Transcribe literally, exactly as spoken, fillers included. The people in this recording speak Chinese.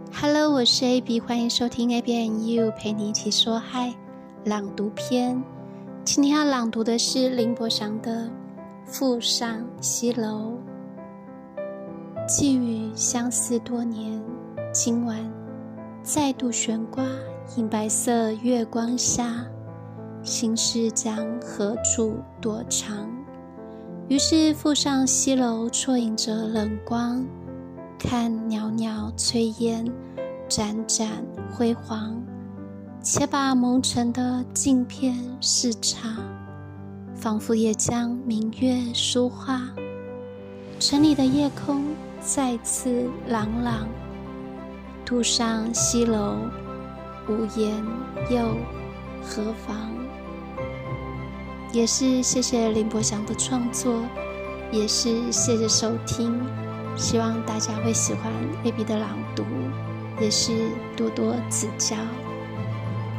Hello， 我是 A B， 欢迎收听 A B and You， 陪你一起说嗨。朗读篇，今天要朗读的是林伯祥的《复上西楼》。寄语相思多年，今晚再度悬挂银白色月光下，心事将何处躲藏？于是复上西楼，啜饮着冷光，看袅袅炊烟盏盏辉煌，且把蒙尘的镜片视察，仿佛也将明月书画。城里的夜空再次朗朗，独上西楼，无言又何妨？也是谢谢林伯祥的创作，也是谢谢收听，希望大家会喜欢 A B 的朗读，也是多多指教。